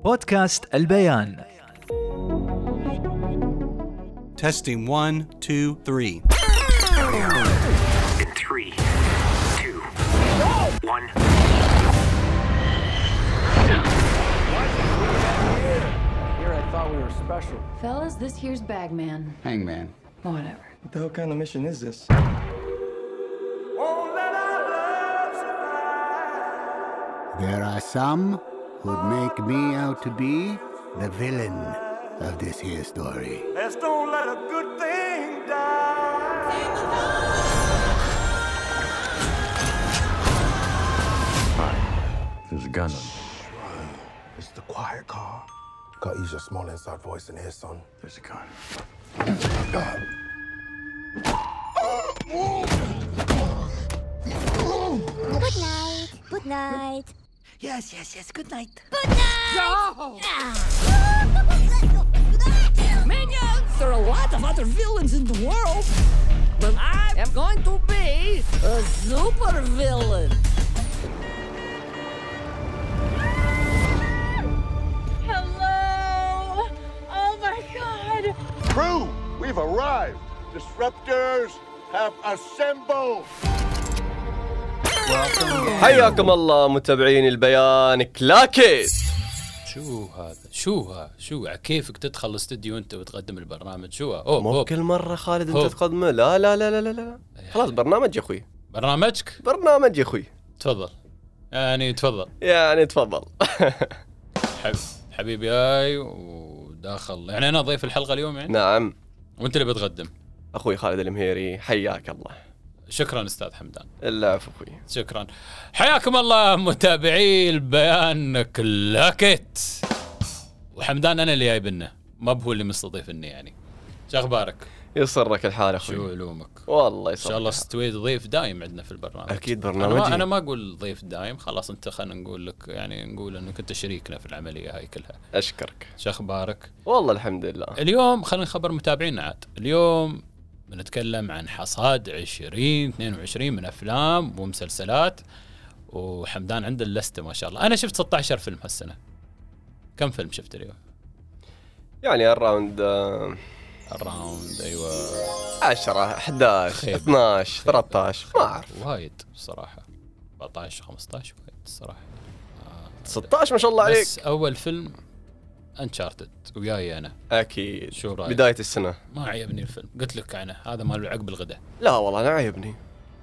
بودكاست البيان. Testing 1, 2, 3. In 3, 2, 1. Here I thought we were special. Fellas, this here's Bagman. Hangman. Whatever. What the hell kind of mission is this? There are some who'd make me out to be the villain of this here story. Let's don't let a good thing die. There's a gun on. It's the quiet car. Gotta use your small inside voice in here, son. There's a gun. Good night. Good night. Yes. Good night. Good night. No! Minions! There are a lot of other villains in the world, but I am going to be a super villain. Hello! Oh my god! Crew, we've arrived. Disruptors have assembled. حياكم الله متابعين البيان كلاكيت. شو كيفك تدخل الاستديو انت وتقدم البرنامج؟ مو كل مرة خالد انت تقدمه. لا خلاص برنامج يا اخوي. برنامج يا اخوي. تفضل. حبيبي هاي وداخل يعني انا ضيف الحلقة اليوم يعني. نعم. وانت اللي بتقدم. اخوي خالد المهيري حياك الله. شكرا استاذ حمدان. العفو اخوي. شكرا. حياكم الله متابعي البيان كلاكيت. وحمدان انا اللي جايبنه ما هو اللي مستضيفني يعني. شو اخبارك؟ يسرك الحال اخوي. شو علومك؟ والله يسرك. ان شاء الله استويت ضيف دايم عندنا في البرنامج. اكيد برنامجي. انا ما اقول ضيف دايم خلاص انت خلينا نقول لك يعني نقول انك انت شريكنا في العمليه هاي كلها. اشكرك. شو اخبارك؟ والله الحمد لله. اليوم خلينا نخبر متابعينا عاد. اليوم بنتكلم عن حصاد 2022 من أفلام ومسلسلات. وحمدان عنده اللستة ما شاء الله. أنا شفت 16 فيلم هالسنة. كم فيلم شفت اليوم؟ يعني الراوند أيوة 10 11 12 13 ما أعرف. وايد الصراحة 14 15 وايد الصراحة. 16 ما شاء الله عليك. بس أول فيلم أنشارتد وياي أنا. أكيد. شو رأيك؟ بداية السنة. ما عجبني الفيلم قلت لك أنا هذا مال عقب الغداء. لا والله أنا عجبني.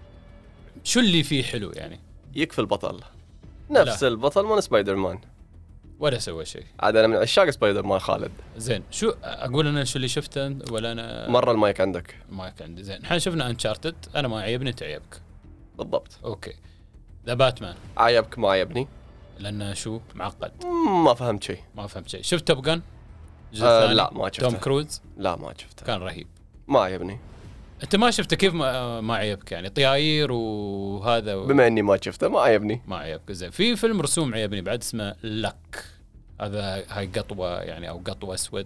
شو اللي فيه حلو يعني؟ يكفي البطل نفس البطل مال سبايدر مان ولا سوى شيء. عاد أنا من عشاق سبايدر مان خالد. زين شو أقول أنا شو اللي شفته ولا أنا مرة المايك عندك. المايك عندي. زين إحنا شفنا أنشارتد. أنا ما عجبني أنت عجبك. بالضبط. أوكي. ذا باتمان عجبك ما عجبني لأنه شو معقد. ما فهمت شيء. شفت توب جان؟ لا ما شفته. توم كروز؟ لا ما شفته. كان رهيب. ما عجبني. أنت ما شفته كيف ما عجبك يعني طياير وهذا بما إني ما شفته ما عجبني. ما عجبك. زين في فيلم رسوم عجبني بعد اسمه لك. هذا هاي قطوة يعني أو قطوة أسود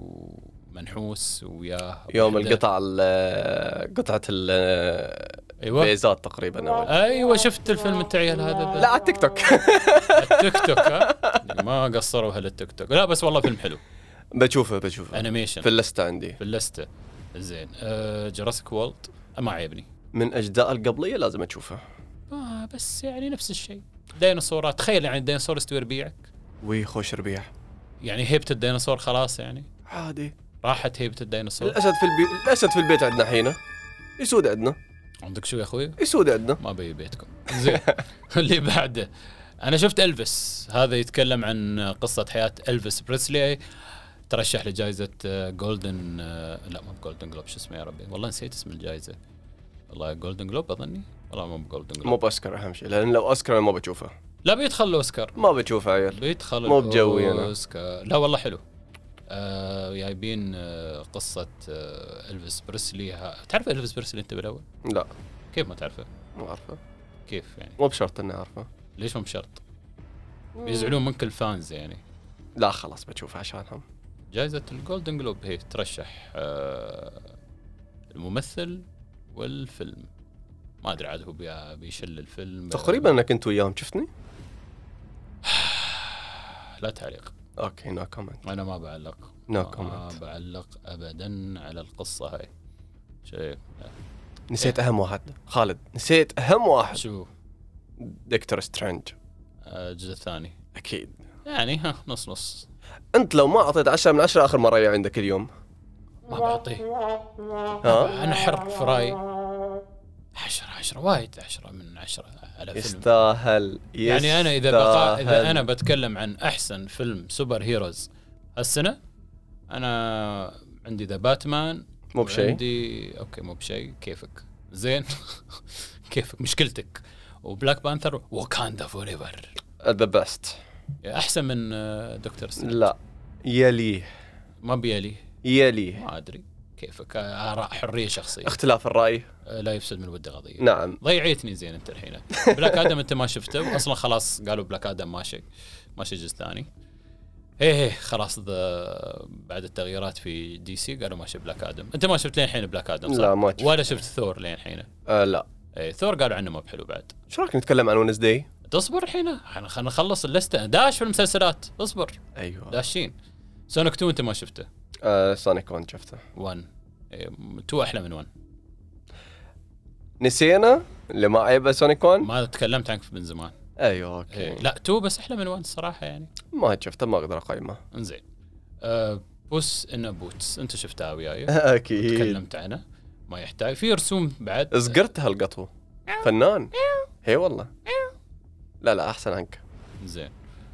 ومنحوس وياه يوم القطعة قطعة أيوة. بيزات تقريبا. أيوة شفت الفيلم التعيال هذا. لا على التيك توك. التيك توك ها ما قصروا هالتيك توك. لا بس والله فيلم حلو. بشوفه أنيميشن في اللستة عندي. في اللستة. زين جراسيك وورلد ما عجبني. من أجزاء القبلية لازم أشوفه. بس يعني نفس الشيء. ديناصورات. تخيل يعني الديناصور يستوي ربيعك. خوش ربيع. يعني هيبة الديناصور خلاص يعني. عادي. راحت هيبة الديناصور. الأسد في البيت عندنا حينه. يسود عندنا. عندك شو يا أخوي؟ يسود عندنا. ما بي بيتكم. زين. اللي بعده أنا شفت إلفيس. هذا يتكلم عن قصة حياة إلفيس بريسلي. ترشح لجائزة جولدن لا مو جولدن جلوب شو اسمه يا ربي والله نسيت اسم الجائزة. والله جولدن جلوب أظني. والله مو جولدن جلوب. مو بأوسكار أهم شيء لأن لو أوسكار ما بشوفه. لا بيدخل الأوسكار. ما بشوفه عيال. بيدخل مو بجوي أنا. الأوسكار. لا والله حلو. جايبين قصة إلفيس بريسلي. تعرف إلفيس بريسلي أنت بالأول؟ لا. كيف ما تعرفه؟ ما أعرفه. كيف يعني؟ مو بشرط إني أعرفه. ليش مو بشرط؟ بيزعلون منك الفانز يعني. لا خلاص بشوفه عشانهم. جائزة الجولدن جلوب هي ترشح الممثل والفيلم. ما أدري عاد هو بيشل الفيلم تقريبا أنا كنت وياهم شفتني. لا تعليق. اوكي نو كومنت. انا ما بعلق. No comment. ما بعلق ابدا على القصه هاي. شيء نسيت اهم واحد خالد، نسيت اهم واحد. شو؟ دكتور سترينج الجزء الثاني اكيد يعني نص نص. انت لو ما اعطيت 10 من 10 اخر مره عندك اليوم ما بعطيه. ها انا حر في رايي 10 وايد 10 من 10 على فيلم يستاهل. يعني انا اذا انا بتكلم عن احسن فيلم سوبر هيروز هالسنه، انا عندي ذا باتمان مو بشيء. عندي اوكي مو بشيء كيفك زين كيفك مشكلتك. وبلاك بانثر وكاندا فور ايفر ذا بيست احسن من دكتور سترينج. لا يليه ما بيلي يليه ما ادري كيفك. آراء حريه شخصيه. اختلاف الراي لا يفسد من الود قضيه. نعم. ضيعتني زين انت الحين. بلاك ادم انت ما شفته واصلا خلاص قالوا بلاك ادم ماشي جزء ثاني. ايه خلاص بعد التغييرات في دي سي قالوا ماشي بلاك ادم. انت ما شفت لين الحين بلاك ادم صح؟ لا ما شفت. ولا شفت ثور لين الحين؟ لا. ايه ثور قالوا عنه ما بحلو بعد. شو رايك نتكلم عن ونسداي؟ تصبر الحين خلينا نخلص اللسته. داش في المسلسلات اصبر. ايوه داشين. سونيك 2 انت ما شفته؟ سونيك 1 شفته. 1 2 احلى من 1. نسينا اللي ما عيبه سونيك 1. ما تكلمت عنك من زمان. ايوه اوكي. إيه. لا 2 بس احلى من 1 الصراحه يعني. ما شفته ما اقدر اقيمه. انزين بوس ان بوتس انت شفتها وياي؟ اكيد تكلمت عنه ما يحتاج. في رسوم بعد زقرت هالقطو فنان. هي والله لا احسن عنك. زين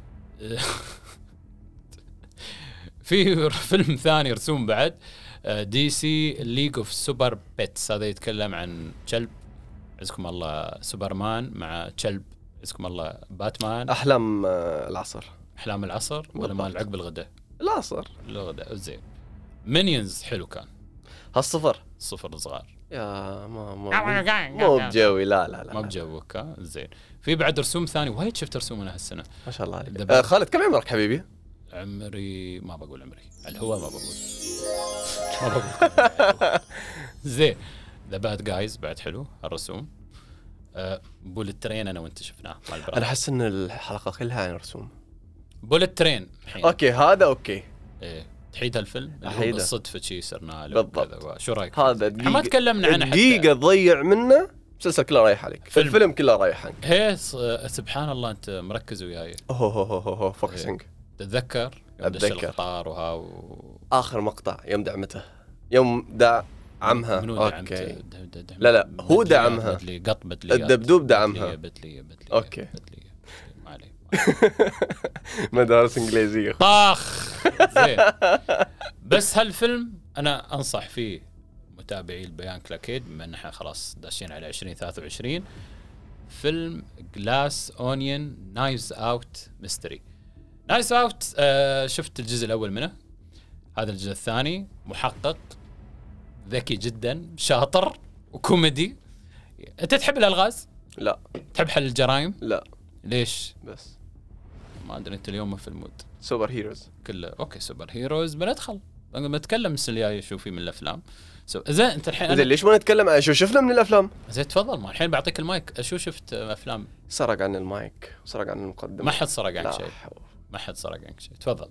في فيلم ثاني رسوم بعد دي سي ليج اوف سوبر بيتس. هذا يتكلم عن كلب عزكم الله سوبرمان مع كلب عزكم الله باتمان. احلام العصر. احلام العصر ولا مال عقب الغداء؟ العصر الغداء. زين مينيونز حلو كان. هالصفر صغار يا مو بجوي. لا ما بجوك. زين في بعد رسوم ثاني وايد شفت رسوم انا هالسنه ما شاء الله عليك. خالد كم عمرك حبيبي؟ عمري ما بقول عمري الهوا ما بقول زين ذا باد جايز بعد حلو الرسوم. بولت ترين انا وانت شفناه. انا احس ان الحلقه كلها عن رسوم. بولت ترين اوكي هذا اوكي. ايه تحيد هالفيلم تحيده بالصدفه شي صرنا له بالضبط. شو رايك؟ هذا ما تكلمنا عنه حتى دقيقه تضيع منه المسلسل كله رايح عليك. الفيلم كله رايح عنك. هي سبحان الله انت مركز وياي. هو فوكسينج. تتذكر يوم دش القطار اخر مقطع يوم دعمته يوم دع عمها. اوكي لا هو دعمها. الدبدوب دعمها. بدلي اوكي ما عليه. مدارس انجليزيه طاخ. زين بس هالفيلم انا انصح فيه متابعي البيان كلاكيد بما ان احنا خلاص داشين على 2023. فيلم جلاس اونيون نايفز اوت ميستري. نايفز اوت شفت الجزء الاول منه. هذا الجزء الثاني محقق ذكي جدا شاطر وكوميدي. انت تحب الالغاز؟ لا. تحب حل الجرائم؟ لا. ليش؟ بس ما ادري انت اليوم في المود. سوبر هيروز كله اوكي سوبر هيروز بندخل بنتكلم السنه الجايه شو في من الافلام. زين انت الحين زين ليش ما نتكلم عن شو شفنا من الافلام؟ زين تفضل. ما الحين بعطيك المايك. شو شفت افلام؟ سرق عن المايك سرق عن المقدمه. ما حد سرق عنك شيء. ما حد سرق عنك شيء. تفضل.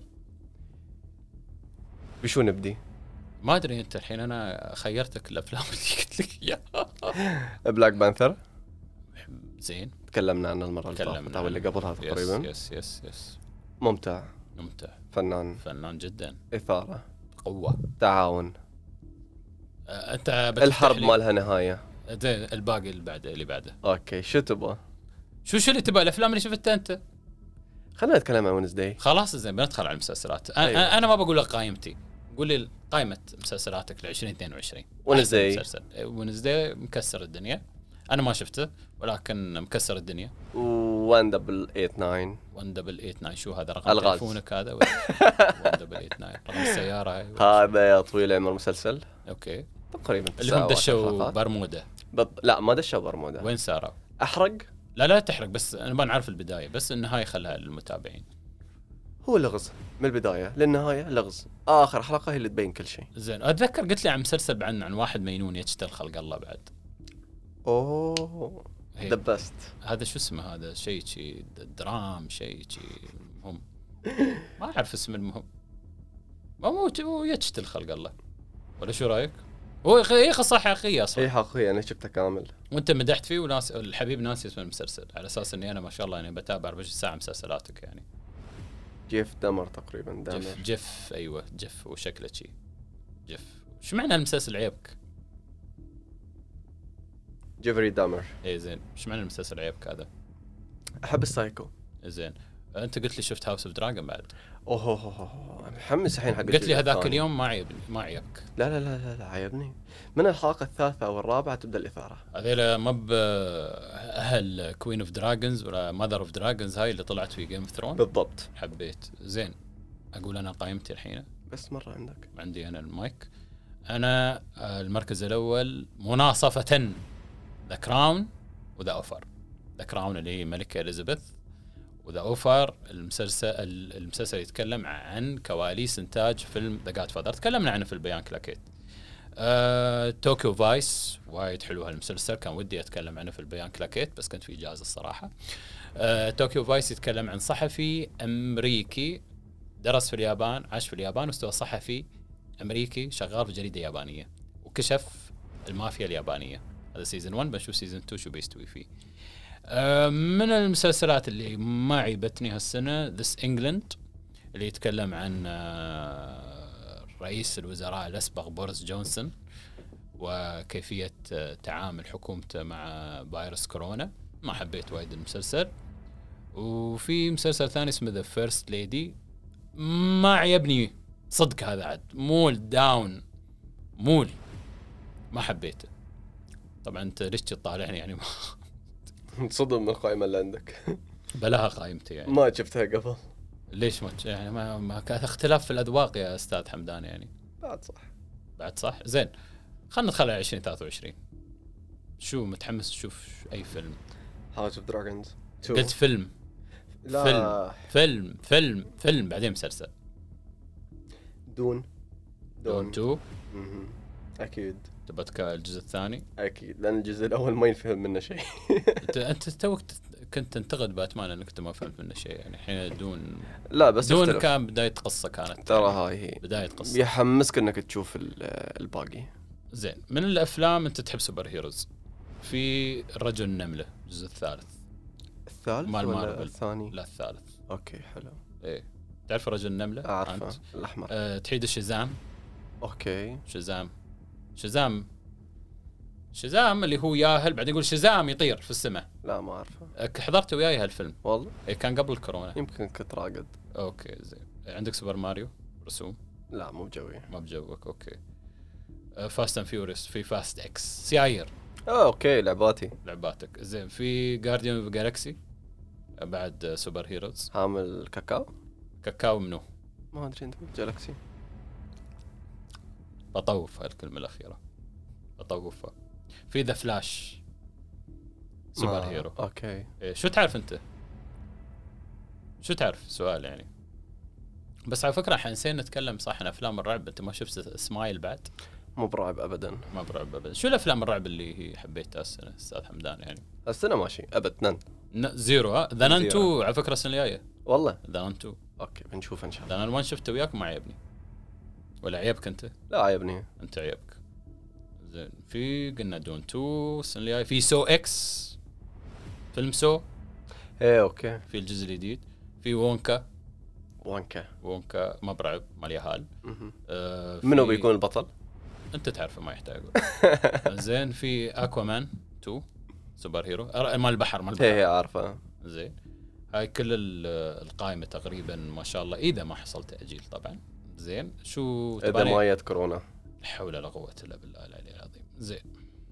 بشو نبدي؟ ما ادري انت الحين انا خيرتك الافلام اللي قلت لك اياها. بلاك بانثر زين تكلمنا عنه المره اللي فاتت او اللي قبلها تقريبا. يس ممتع فنان جدا. اثاره قوه تعاون. انت الحرب ما لها نهايه. الباقي اللي بعده اوكي شو تبغى؟ شو اللي تبغى؟ الافلام اللي شفتها انت. خلينا نتكلم عن ونسداي. خلاص زين بندخل على المسلسلات. أيوة. انا ما بقول لك قائمتي. قول لي قائمه مسلسلاتك ل 2022. ونسداي مكسر الدنيا. انا ما شفته ولكن مكسر الدنيا. 1889 شو هذا رقم تليفونك هذا؟ 1889 رقم السياره هاي. هذا يا طويل العمر مسلسل. اوكي تقريبا اللي هم دشوا برمودا. لا ما دشوا برمودا. وين ساروا؟ احرق؟ لا تحرق بس انا ما نعرف البدايه بس النهايه خلها للمتابعين. هو لغز من البدايه للنهايه لغز. اخر حلقه هي اللي تبين كل شيء. زين اتذكر قلت لي عن مسلسل عن واحد مينون يقتل خلق الله بعد. ذا بست. هذا شو اسمه؟ هذا شيء درام شيء هم ما اعرف اسم المهم. مو يتشت الخلق الله، ولا شو رايك؟ هو هي قصه حقيقيه اصلا. هي حقيقيه انا شفتها كامل. وانت مدحت فيه وناس الحبيب ناسي اسم المسلسل، على اساس اني انا ما شاء الله يعني بتابع 24 ساعه مسلسلاتك يعني. جيف دمر تقريبا. دمر. جيف ايوه جيف وشكله شي جيف. شو معنى المسلسل عيبك؟ جيفري دامر. اي زين، شو معنى المسلسل عيبك هذا؟ احب السايكو. زين، انت قلت لي شفت هاوس اوف دراجون بعد. اوه محمس الحين حق. قلت لي هذاك اليوم ما عيبك. لا عيبني. من الحلقه الثالثه او الرابعه تبدا الاثاره. هذول ما اهل كوين اوف دراجونز ولا ماذر اوف دراجونز هاي اللي طلعت في جيم اوف ثرون. بالضبط. حبيت. زين، اقول انا قائمتي الحين. بس مره عندك. عندي انا المايك. انا المركز الاول مناصفه ذا كراون وذا اوفر. ذا كراون اللي هي ملكه اليزابيث، وذا اوفر المسلسل يتكلم عن كواليس انتاج فيلم ذا جاد فاذر، تكلمنا عنه في البيان كلاكيت. توكيو فايس وايد حلو هالمسلسل، كان ودي اتكلم عنه في البيان كلاكيت بس كنت في اجازه الصراحه. توكيو فايس يتكلم عن صحفي امريكي درس في اليابان، عاش في اليابان واستوى صحفي امريكي شغال في جريده يابانيه وكشف المافيا اليابانيه. هذا سيزون 1، بنشوف سيزون 2 شو بيستوي فيه. من المسلسلات اللي ما عيبتني هالسنه ذس انجلند، اللي يتكلم عن رئيس الوزراء الاسبق بوريس جونسون وكيفيه تعامل حكومته مع فيروس كورونا. ما حبيت وايد المسلسل. وفي مسلسل ثاني اسمه ذا فيرست ليدي، ما عيبني صدق. هذا عاد مول داون ما حبيته. طبعا انت ليش تطالعني يعني؟ تصدم من القائمه اللي عندك. بلاها قائمتي يعني. ما شفتها قبل. ليش يعني ما كان اختلاف في الاذواق يا استاذ حمدان يعني. بعد صح. زين، خلينا ندخل على 2023. شو متحمس تشوف اي فيلم؟ هاوس اوف دراجونز. قلت فيلم. لا فيلم بعدين مسلسل. دون 2. اكيد. تبغى الجزء الثاني؟ اكيد، لان الجزء الاول ما يفهم منه شيء. انت توك كنت تنتقد باتمان لانك انت ما فهمت منه شيء يعني. الحين دون لا بس دون كان بدايه قصه كانت ترى هاي هي بدايه قصه يحمسك انك تشوف الباقي. زين، من الافلام انت تحب سوبر هيروز، في الرجل النمله الجزء الثالث مال مارفل. الثاني؟ لا الثالث. اوكي حلو. ايه، تعرف رجل النمله؟ اعرفه الاحمر. تحيد الشزام. اوكي. شزام اللي هو ياهل بعدين يقول شزام يطير في السماء. لا ما اعرفه. حضرت وياي هالفيلم والله. إيه، كان قبل الكورونا. يمكن كنت راقد. اوكي زين. عندك سوبر ماريو رسوم؟ لا مو بجوي. ما بجوك. اوكي. فاست اند فيوريوس، في فاست اكس سيايير. اوكي لعباتك. زين، في جارديان اوف جالاكسي بعد سوبر هيروز. عامل كاكاو منو؟ ما ادري. انت جالاكسي. بطوف هالكلمه الاخيره، بطوفها. في ذا فلاش سوبر هيرو. اوكي. إيه، شو تعرف انت؟ شو تعرف؟ سؤال يعني. بس على فكره احنا نسينا نتكلم صح عن افلام الرعب. انت ما شفت سمايل بعد؟ مو برعب ابدا. ما برعب ابدا. شو الافلام الرعب اللي حبيتها السنه استاذ حمدان يعني؟ السنه ماشي ابد. زيرو. ها ذا نان 2 على فكره السنه الجايه. والله ذا نان 2. اوكي بنشوف ان شاء الله. ذا نان 1 شفته وياك وما عيبني. ولا عيبك انت؟ لا عيبني. انت عيبك. زين، في قلنا دون 2 السنه الجايه. في سو اكس، فيلم سو. ايه اوكي. في الجزء الجديد. في وونكا ما برعب مال يهال. منو بيكون البطل؟ انت تعرفه ما يحتاج. زين، في اكوامان 2 سوبر هيرو مال البحر. ايه عارفه. زين، هاي كل القائمه تقريبا ما شاء الله، اذا ما حصل تاجيل طبعا. زين، شو اذا ما جت كورونا. لا حول ولا قوه الا بالله العلي العظيم. زين.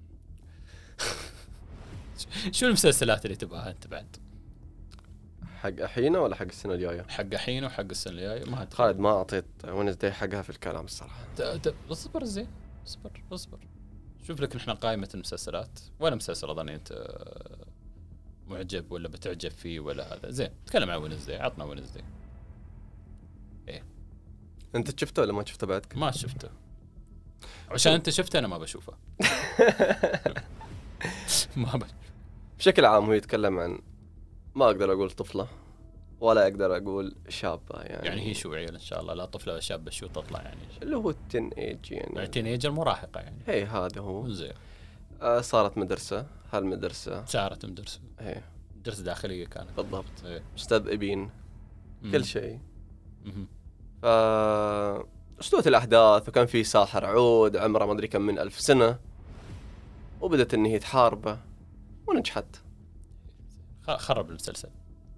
شو المسلسلات اللي تبغاها انت بعد؟ حق حينه ولا حق السنه الجايه؟ حق حينه وحق السنه الجايه. ما خالد ما اعطيت ونزدي حقها في الكلام الصراحه. اصبر. زين اصبر. شوف لك نحن قائمه المسلسلات. ولا مسلسل اظن انت معجب ولا بتعجب فيه ولا هذا. زين، تكلم عن ونزدي. عطنا ونزدي. ايه، انت شفته ولا ما شفته بعدك؟ ما شفته. عشان انت شفته انا ما بشوفه. بشكل عام هو يتكلم عن، ما اقدر اقول طفله، ولا اقدر اقول شابه يعني هي شو عيل ان شاء الله، لا طفله ولا شابه، شو تطلع يعني اللي هو التين ايج يعني التين ايج المراهقه يعني. هي هذا هو زين. صارت مدرسه، هالمدرسه صارت مدرسه، هي مدرسه داخليه كانت بالضبط. هي. استاذ ابين كل شيء. استوت الأحداث وكان في ساحر عود عمره ما أدري كم من 1000 سنة، وبدت إن هي تحاربه ونجحت. خرب المسلسل.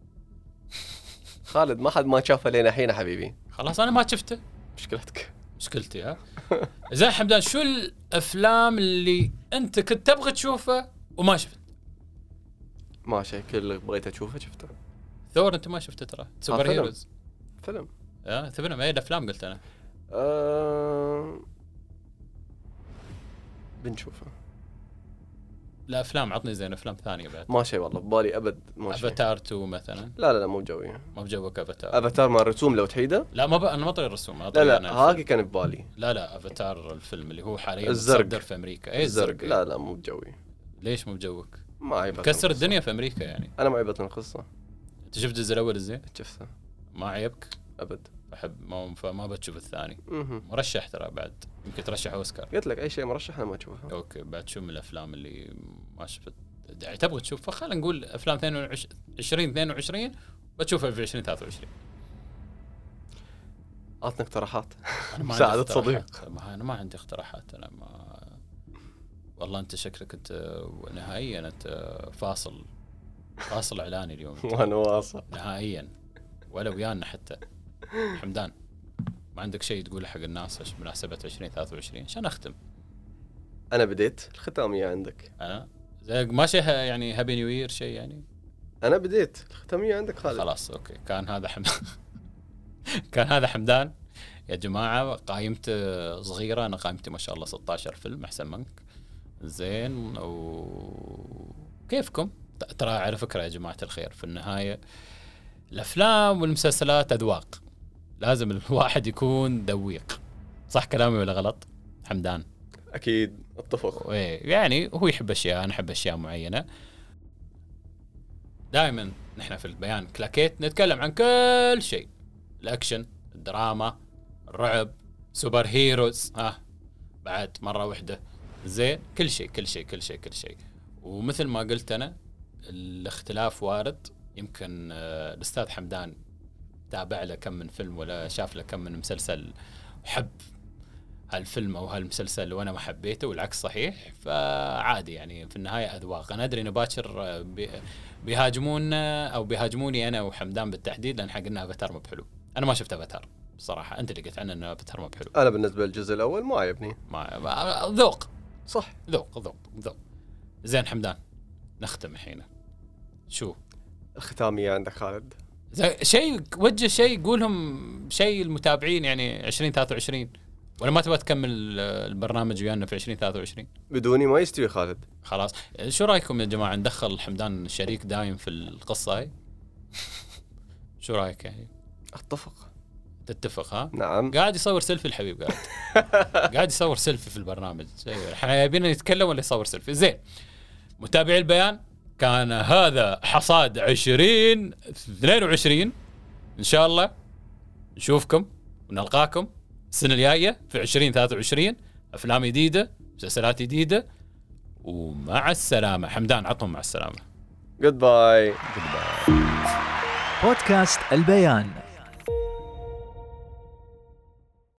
خالد ما حد ما شافه لين الحين حبيبي. خلاص أنا ما شفته. مشكلتك. مشكلتي ها. زين حمدان، شو الأفلام اللي أنت كنت تبغى تشوفه وما شفت؟ ما شيء، كل اللي بغيت أشوفه شفته. ثور أنت ما شفته ترى. سوبر هيروز. فيلم. فيلم ايه الافلام قلت انا. بنشوفه. لا افلام، عطني زين افلام ثانيه بعد. ما شيء والله ببالي ابد. ما شيء. افاتار 2 مثلا. لا مو بجوي. ما بجوك افاتار. افاتار مال الرسوم لو تحيده. لا ما انا ما طري الرسوم. لا هاكي كان ببالي. لا افاتار الفيلم اللي هو حاليا متصدر في امريكا. ايه الزرق. لا مو بجوي. ليش مو بجوك؟ ما عيبت. كسر الدنيا في امريكا يعني. انا ما عيبت القصه. انت شفت الجزء الاول زين؟ شفته. ما عيبك؟ ابد. ما بتشوف الثاني. مرشح ترى بعد، يمكن ترشح اوسكار. قلت لك اي شيء مرشح انا ما اشوفه. اوكي بعد شو من الافلام اللي ما شفت يعني تبغى تشوف؟ خلينا نقول افلام 2022 بتشوفها في 2023. عطنا اقتراحات. مساعدة صديق. انا ما عندي اقتراحات. انا ما والله انت شكلك انت نهائيا انت فاصل اعلاني اليوم. وانا واصل نهائيا ولا ويانا حتى. حمدان ما عندك شيء تقوله حق الناس بمناسبة 2023 عشان اختم؟ انا بديت الختامية عندك. انا زي ما شيء يعني هابي نيو يير شيء يعني. انا بديت الختامية عندك خالد. خلاص اوكي. كان هذا حمدان يا جماعة. قائمته صغيرة، انا قائمتي ما شاء الله 16 فيلم احسن منك. زين وكيفكم؟ ترى على فكرة يا جماعة الخير في النهاية الافلام والمسلسلات اذواق، لازم الواحد يكون ذويق. صح كلامي ولا غلط حمدان؟ اكيد اتفق. يعني هو يحب اشياء، انا احب اشياء معينه. دائما نحن في البيان كلاكيت نتكلم عن كل شيء، الاكشن، الدراما، الرعب، سوبر هيروز، بعد مره واحده زين، كل شيء. ومثل ما قلت انا الاختلاف وارد. يمكن الاستاذ حمدان تابع له كم من فيلم ولا شاف له كم من مسلسل وحب هالفيلم او هالمسلسل وانا ما حبيته، والعكس صحيح. فعادي يعني في النهايه اذواق. انا ادري انه باكر بيهاجمونا او بيهاجموني انا وحمدان بالتحديد لان حق لنا افاتار مو بحلو. انا ما شفت افاتار بصراحه، انت اللي قلت عنه انه افاتار مو بحلو. انا بالنسبه للجزء الاول ما عجبني. ذوق صح. ذوق. زين حمدان نختم الحين. شو الختامية عندك خالد؟ شيء وجه شيء قولهم شيء المتابعين يعني 2023 ولا ما تبغى تكمل البرنامج ويانا في 2023؟ بدوني ما يستوي خالد. خلاص شو رايكم يا جماعه ندخل حمدان شريك دايم في القصه هاي؟ شو رايك يعني؟ اتفق. تتفق ها؟ نعم. قاعد يصور سيلفي الحبيب قاعد يصور سيلفي في البرنامج. احنا يبينا نتكلم ولا يصور سيلفي؟ زين متابعي البيان، كان هذا حصاد 2022. ان شاء الله نشوفكم ونلقاكم السنة الجاية في 2023. افلام جديدة، مسلسلات جديدة، ومع السلامة. حمدان عطهم مع السلامة. Goodbye. بودكاست البيان.